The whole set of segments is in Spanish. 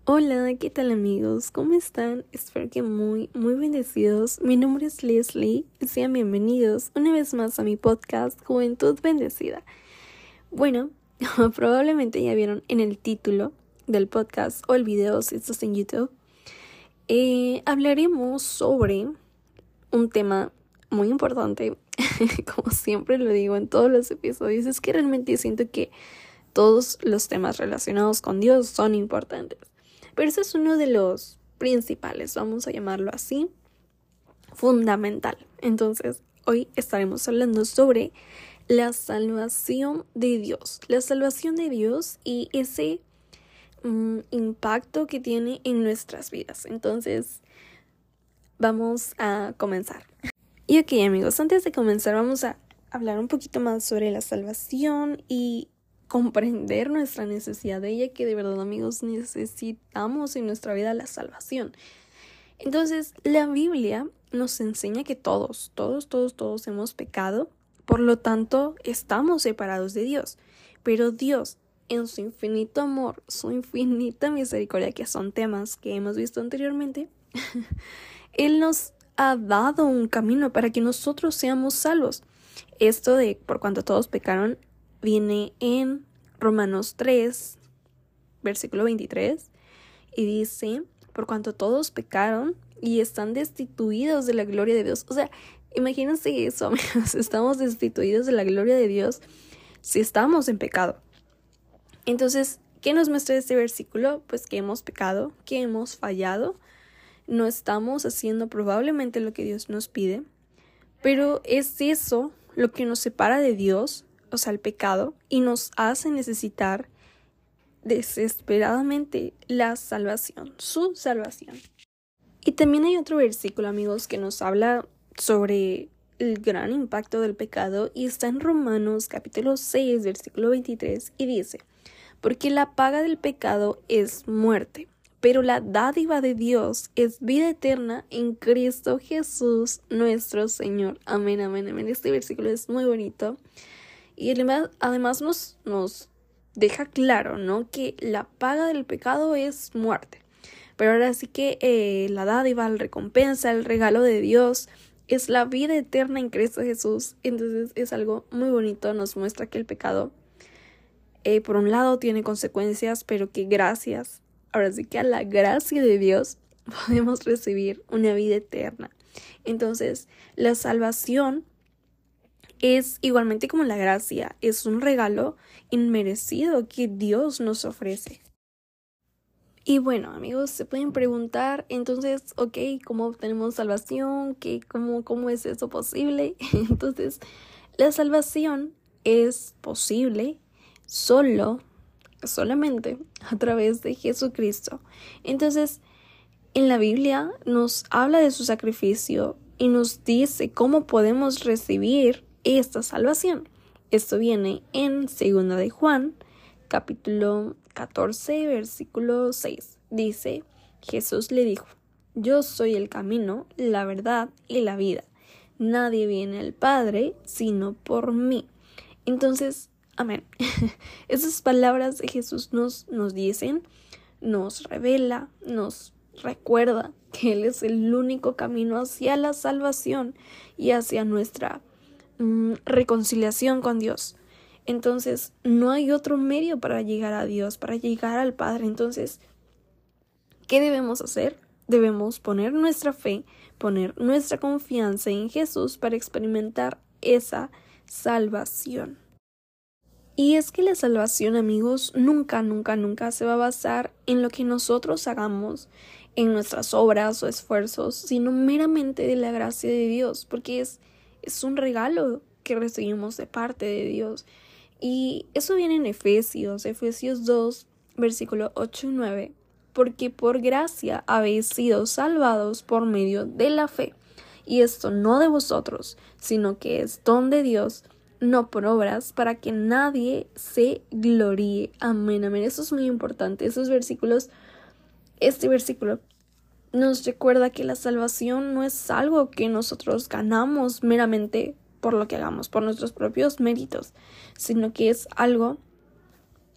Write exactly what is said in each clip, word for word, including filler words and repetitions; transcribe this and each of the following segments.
Hola, ¿qué tal amigos? ¿Cómo están? Espero que muy, muy bendecidos. Mi nombre es Leslie y sean bienvenidos una vez más a mi podcast Juventud Bendecida. Bueno, probablemente ya vieron en el título del podcast o el video si estás en YouTube. Eh, hablaremos sobre un tema muy importante, como siempre lo digo en todos los episodios, es que realmente siento que todos los temas relacionados con Dios son importantes. Pero ese es uno de los principales, vamos a llamarlo así, fundamental. Entonces, hoy estaremos hablando sobre la salvación de Dios. La salvación de Dios y ese um, impacto que tiene en nuestras vidas. Entonces, vamos a comenzar. Y ok, amigos, antes de comenzar vamos a hablar un poquito más sobre la salvación y comprender nuestra necesidad de ella, que de verdad, amigos, necesitamos en nuestra vida la salvación. Entonces, la Biblia nos enseña que todos, todos, todos, todos hemos pecado, por lo tanto, estamos separados de Dios. Pero Dios, en su infinito amor, su infinita misericordia, que son temas que hemos visto anteriormente, Él nos ha dado un camino para que nosotros seamos salvos. Esto de por cuanto todos pecaron viene en Romanos tres, versículo veintitrés, y dice, por cuanto todos pecaron y están destituidos de la gloria de Dios. O sea, imagínense eso, amigos, estamos destituidos de la gloria de Dios si estamos en pecado. Entonces, ¿qué nos muestra este versículo? Pues que hemos pecado, que hemos fallado, no estamos haciendo probablemente lo que Dios nos pide, pero es eso lo que nos separa de Dios, o sea, el pecado, y nos hace necesitar desesperadamente la salvación, su salvación. Y también hay otro versículo, amigos, que nos habla sobre el gran impacto del pecado y está en Romanos capítulo seis, versículo veintitrés, y dice, porque la paga del pecado es muerte, pero la dádiva de Dios es vida eterna en Cristo Jesús nuestro Señor. Amén, amén, amén. Este versículo es muy bonito. Y además, además nos, nos deja claro, ¿no? Que la paga del pecado es muerte. Pero ahora sí que eh, la dádiva, la recompensa, el regalo de Dios es la vida eterna en Cristo Jesús. Entonces es algo muy bonito. Nos muestra que el pecado, eh, por un lado, tiene consecuencias, pero que gracias, ahora sí que a la gracia de Dios, podemos recibir una vida eterna. Entonces, la salvación es igualmente como la gracia, es un regalo inmerecido que Dios nos ofrece. Y bueno, amigos, se pueden preguntar, entonces, ok, ¿cómo obtenemos salvación? ¿Qué, cómo, ¿Cómo es eso posible? Entonces, la salvación es posible solo, solamente a través de Jesucristo. Entonces, en la Biblia nos habla de su sacrificio y nos dice cómo podemos recibir esta salvación. Esto viene en segunda de Juan, capítulo catorce, versículo seis. Dice, Jesús le dijo, yo soy el camino, la verdad y la vida. Nadie viene al Padre sino por mí. Entonces, amén. Esas palabras de Jesús nos, nos dicen, nos revela, nos recuerda que Él es el único camino hacia la salvación y hacia nuestra reconciliación con Dios. Entonces no hay otro medio para llegar a Dios, para llegar al Padre. Entonces, ¿qué debemos hacer? Debemos poner nuestra fe, poner nuestra confianza en Jesús para experimentar esa salvación. Y es que la salvación, amigos, nunca, nunca, nunca se va a basar en lo que nosotros hagamos, en nuestras obras o esfuerzos, sino meramente de la gracia de Dios, porque es Es un regalo que recibimos de parte de Dios. Y eso viene en Efesios, Efesios dos, versículo ocho y nueve. Porque por gracia habéis sido salvados por medio de la fe. Y esto no de vosotros, sino que es don de Dios, no por obras, para que nadie se gloríe. Amén, amén. Eso es muy importante. Esos versículos, este versículo nos recuerda que la salvación no es algo que nosotros ganamos meramente por lo que hagamos, por nuestros propios méritos, sino que es algo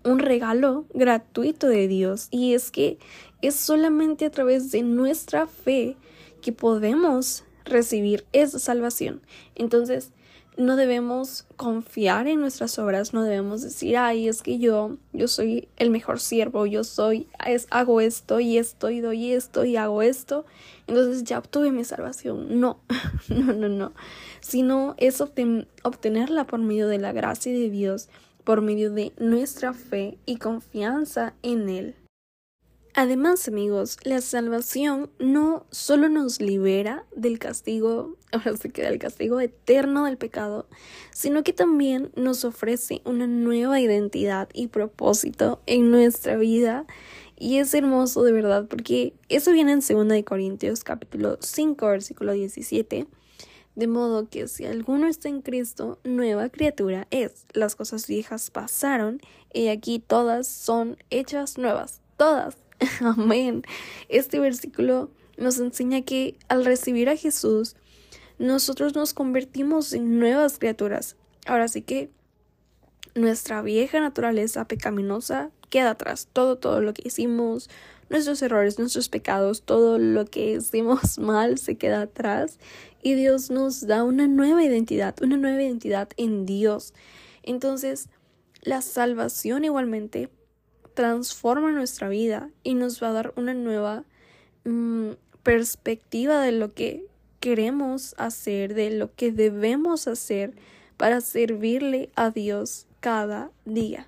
un regalo gratuito de Dios, y es que es solamente a través de nuestra fe que podemos recibir esa salvación. Entonces, no debemos confiar en nuestras obras, no debemos decir, ay, es que yo, yo soy el mejor siervo, yo soy, es, hago esto y esto y doy esto y hago esto, entonces ya obtuve mi salvación. No, no, no, no, sino es obten- obtenerla por medio de la gracia de Dios, por medio de nuestra fe y confianza en Él. Además, amigos, la salvación no solo nos libera del castigo, ahora se queda el castigo eterno del pecado, sino que también nos ofrece una nueva identidad y propósito en nuestra vida. Y es hermoso de verdad, porque eso viene en segunda de Corintios capítulo cinco, versículo diecisiete. De modo que si alguno está en Cristo, nueva criatura es. Las cosas viejas pasaron y aquí todas son hechas nuevas. Todas. Amén. Este versículo nos enseña que al recibir a Jesús, nosotros nos convertimos en nuevas criaturas. Ahora sí que nuestra vieja naturaleza pecaminosa queda atrás. Todo, todo lo que hicimos, nuestros errores, nuestros pecados, todo lo que hicimos mal se queda atrás. Y Dios nos da una nueva identidad, una nueva identidad en Dios. Entonces, la salvación igualmente transforma nuestra vida y nos va a dar una nueva mmm, perspectiva de lo que queremos hacer, de lo que debemos hacer para servirle a Dios cada día.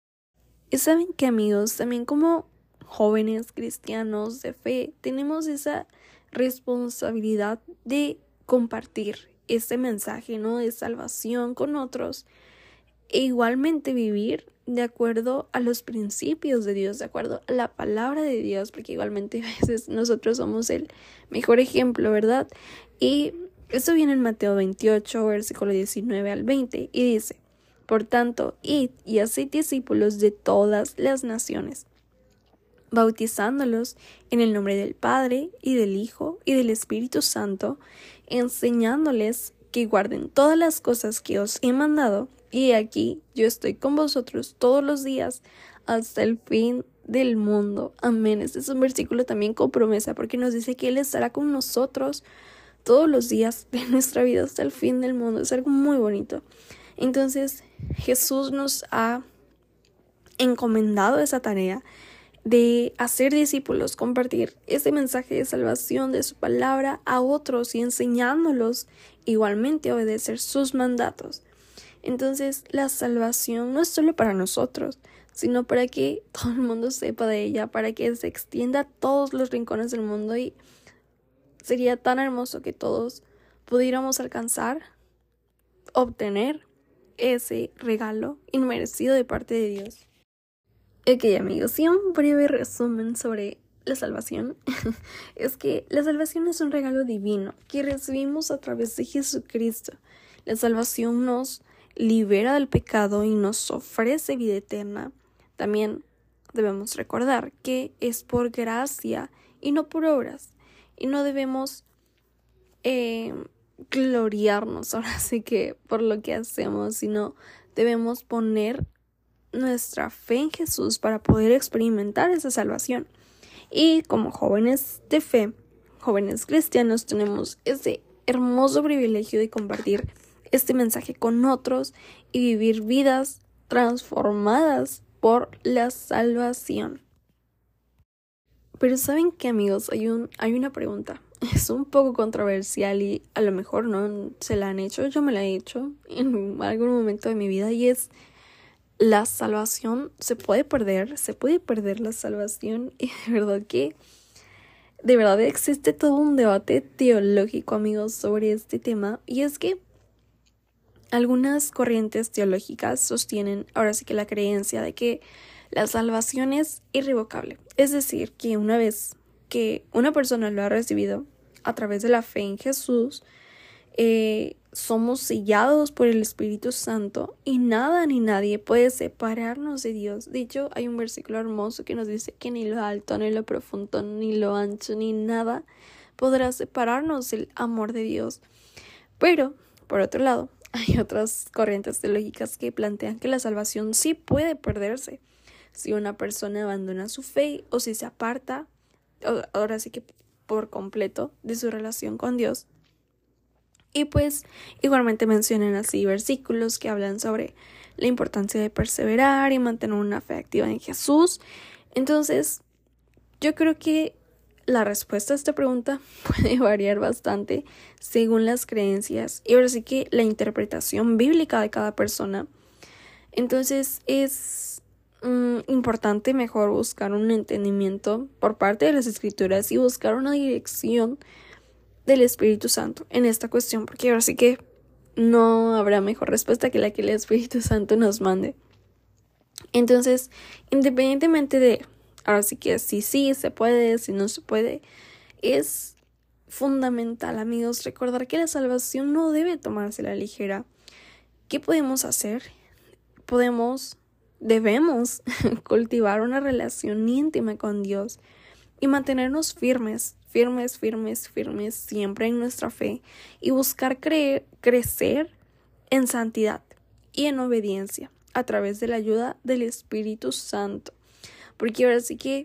Y saben que, amigos, también como jóvenes cristianos de fe, tenemos esa responsabilidad de compartir este mensaje, ¿no?, de salvación con otros, e igualmente vivir de acuerdo a los principios de Dios, de acuerdo a la palabra de Dios, porque igualmente a veces nosotros somos el mejor ejemplo, ¿verdad? Y esto viene en Mateo veintiocho, versículo diecinueve al veinte, y dice: por tanto, id y haced discípulos de todas las naciones, bautizándolos en el nombre del Padre, y del Hijo, y del Espíritu Santo, enseñándoles que guarden todas las cosas que os he mandado, y aquí yo estoy con vosotros todos los días hasta el fin del mundo. Amén. Este es un versículo también con promesa, porque nos dice que Él estará con nosotros todos los días de nuestra vida hasta el fin del mundo. Es algo muy bonito. Entonces, Jesús nos ha encomendado esa tarea de hacer discípulos, compartir este mensaje de salvación de su palabra a otros y enseñándolos igualmente a obedecer sus mandatos. Entonces, la salvación no es solo para nosotros, sino para que todo el mundo sepa de ella, para que se extienda a todos los rincones del mundo, y sería tan hermoso que todos pudiéramos alcanzar, obtener ese regalo inmerecido de parte de Dios. Ok, amigos, y un breve resumen sobre la salvación es que la salvación es un regalo divino que recibimos a través de Jesucristo. La salvación nos libera del pecado y nos ofrece vida eterna. También debemos recordar que es por gracia y no por obras, y no debemos eh, gloriarnos ahora sí que por lo que hacemos, sino debemos poner nuestra fe en Jesús para poder experimentar esa salvación. Y como jóvenes de fe, jóvenes cristianos, tenemos ese hermoso privilegio de compartir este mensaje con otros y vivir vidas transformadas por la salvación. Pero ¿saben qué, amigos? Hay un, hay una pregunta. Es un poco controversial y a lo mejor no se la han hecho. Yo me la he hecho en algún momento de mi vida, y es: ¿la salvación se puede perder? ¿Se puede perder la salvación? Y de verdad que, de verdad existe todo un debate teológico, amigos, sobre este tema. Y es que algunas corrientes teológicas sostienen ahora sí que la creencia de que la salvación es irrevocable. Es decir, que una vez que una persona lo ha recibido a través de la fe en Jesús, eh, somos sellados por el Espíritu Santo y nada ni nadie puede separarnos de Dios. De hecho, hay un versículo hermoso que nos dice que ni lo alto, ni lo profundo, ni lo ancho, ni nada podrá separarnos del amor de Dios. Pero, por otro lado, hay otras corrientes teológicas que plantean que la salvación sí puede perderse. si una persona abandona su fe o si se aparta, ahora sí que por completo, de su relación con Dios. Y pues igualmente mencionan así versículos que hablan sobre la importancia de perseverar y mantener una fe activa en Jesús. Entonces, yo creo que la respuesta a esta pregunta puede variar bastante según las creencias y ahora sí que la interpretación bíblica de cada persona. Entonces, es mm, importante mejor buscar un entendimiento por parte de las Escrituras y buscar una dirección del Espíritu Santo en esta cuestión, porque ahora sí que no habrá mejor respuesta que la que el Espíritu Santo nos mande. Entonces, independientemente de, ahora sí que si sí se puede, si no se puede, es fundamental, amigos, recordar que la salvación no debe tomarse a la ligera. ¿Qué podemos hacer? Podemos, debemos cultivar una relación íntima con Dios y mantenernos firmes, firmes, firmes, firmes siempre en nuestra fe y buscar creer, crecer en santidad y en obediencia a través de la ayuda del Espíritu Santo. Porque ahora sí que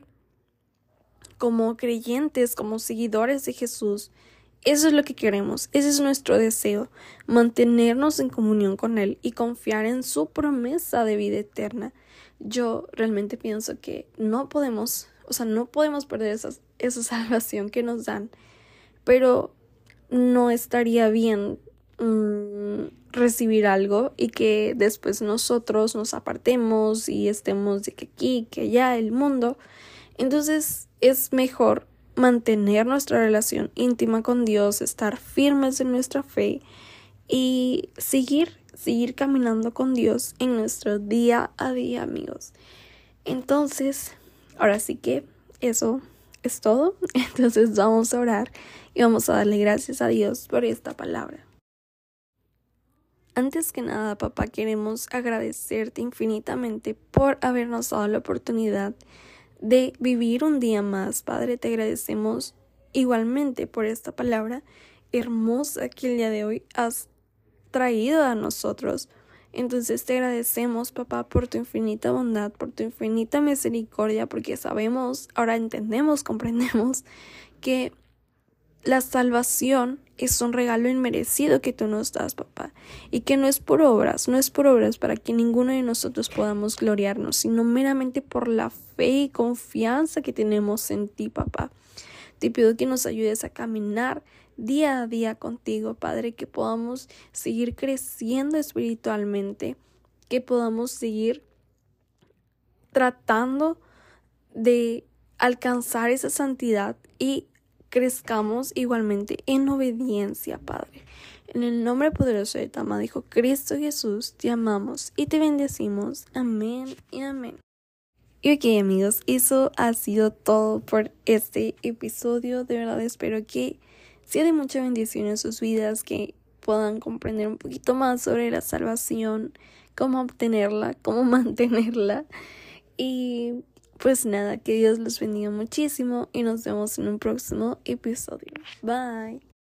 como creyentes, como seguidores de Jesús, eso es lo que queremos, ese es nuestro deseo, mantenernos en comunión con Él y confiar en su promesa de vida eterna. Yo realmente pienso que no podemos, o sea, no podemos perder esa, esa salvación que nos dan, pero no estaría bien mmm, recibir algo y que después nosotros nos apartemos y estemos de que aquí, que allá, el mundo. Entonces es mejor mantener nuestra relación íntima con Dios, estar firmes en nuestra fe y seguir, seguir caminando con Dios en nuestro día a día, amigos. Entonces, ahora sí que eso es todo. Entonces vamos a orar y vamos a darle gracias a Dios por esta palabra. Antes que nada, papá, queremos agradecerte infinitamente por habernos dado la oportunidad de vivir un día más. Padre, te agradecemos igualmente por esta palabra hermosa que el día de hoy has traído a nosotros. Entonces te agradecemos, papá, por tu infinita bondad, por tu infinita misericordia, porque sabemos, ahora entendemos, comprendemos que la salvación es un regalo inmerecido que tú nos das, papá, y que no es por obras, no es por obras para que ninguno de nosotros podamos gloriarnos, sino meramente por la fe y confianza que tenemos en ti, papá. Te pido que nos ayudes a caminar día a día contigo, Padre, que podamos seguir creciendo espiritualmente, que podamos seguir tratando de alcanzar esa santidad y crezcamos igualmente en obediencia, Padre. En el nombre poderoso de tu amado Hijo Cristo Jesús, te amamos y te bendecimos. Amén y amén. Y ok, amigos, eso ha sido todo por este episodio. De verdad espero que sea de mucha bendición en sus vidas, que puedan comprender un poquito más sobre la salvación, cómo obtenerla, cómo mantenerla. Y pues nada, que Dios los bendiga muchísimo y nos vemos en un próximo episodio. Bye.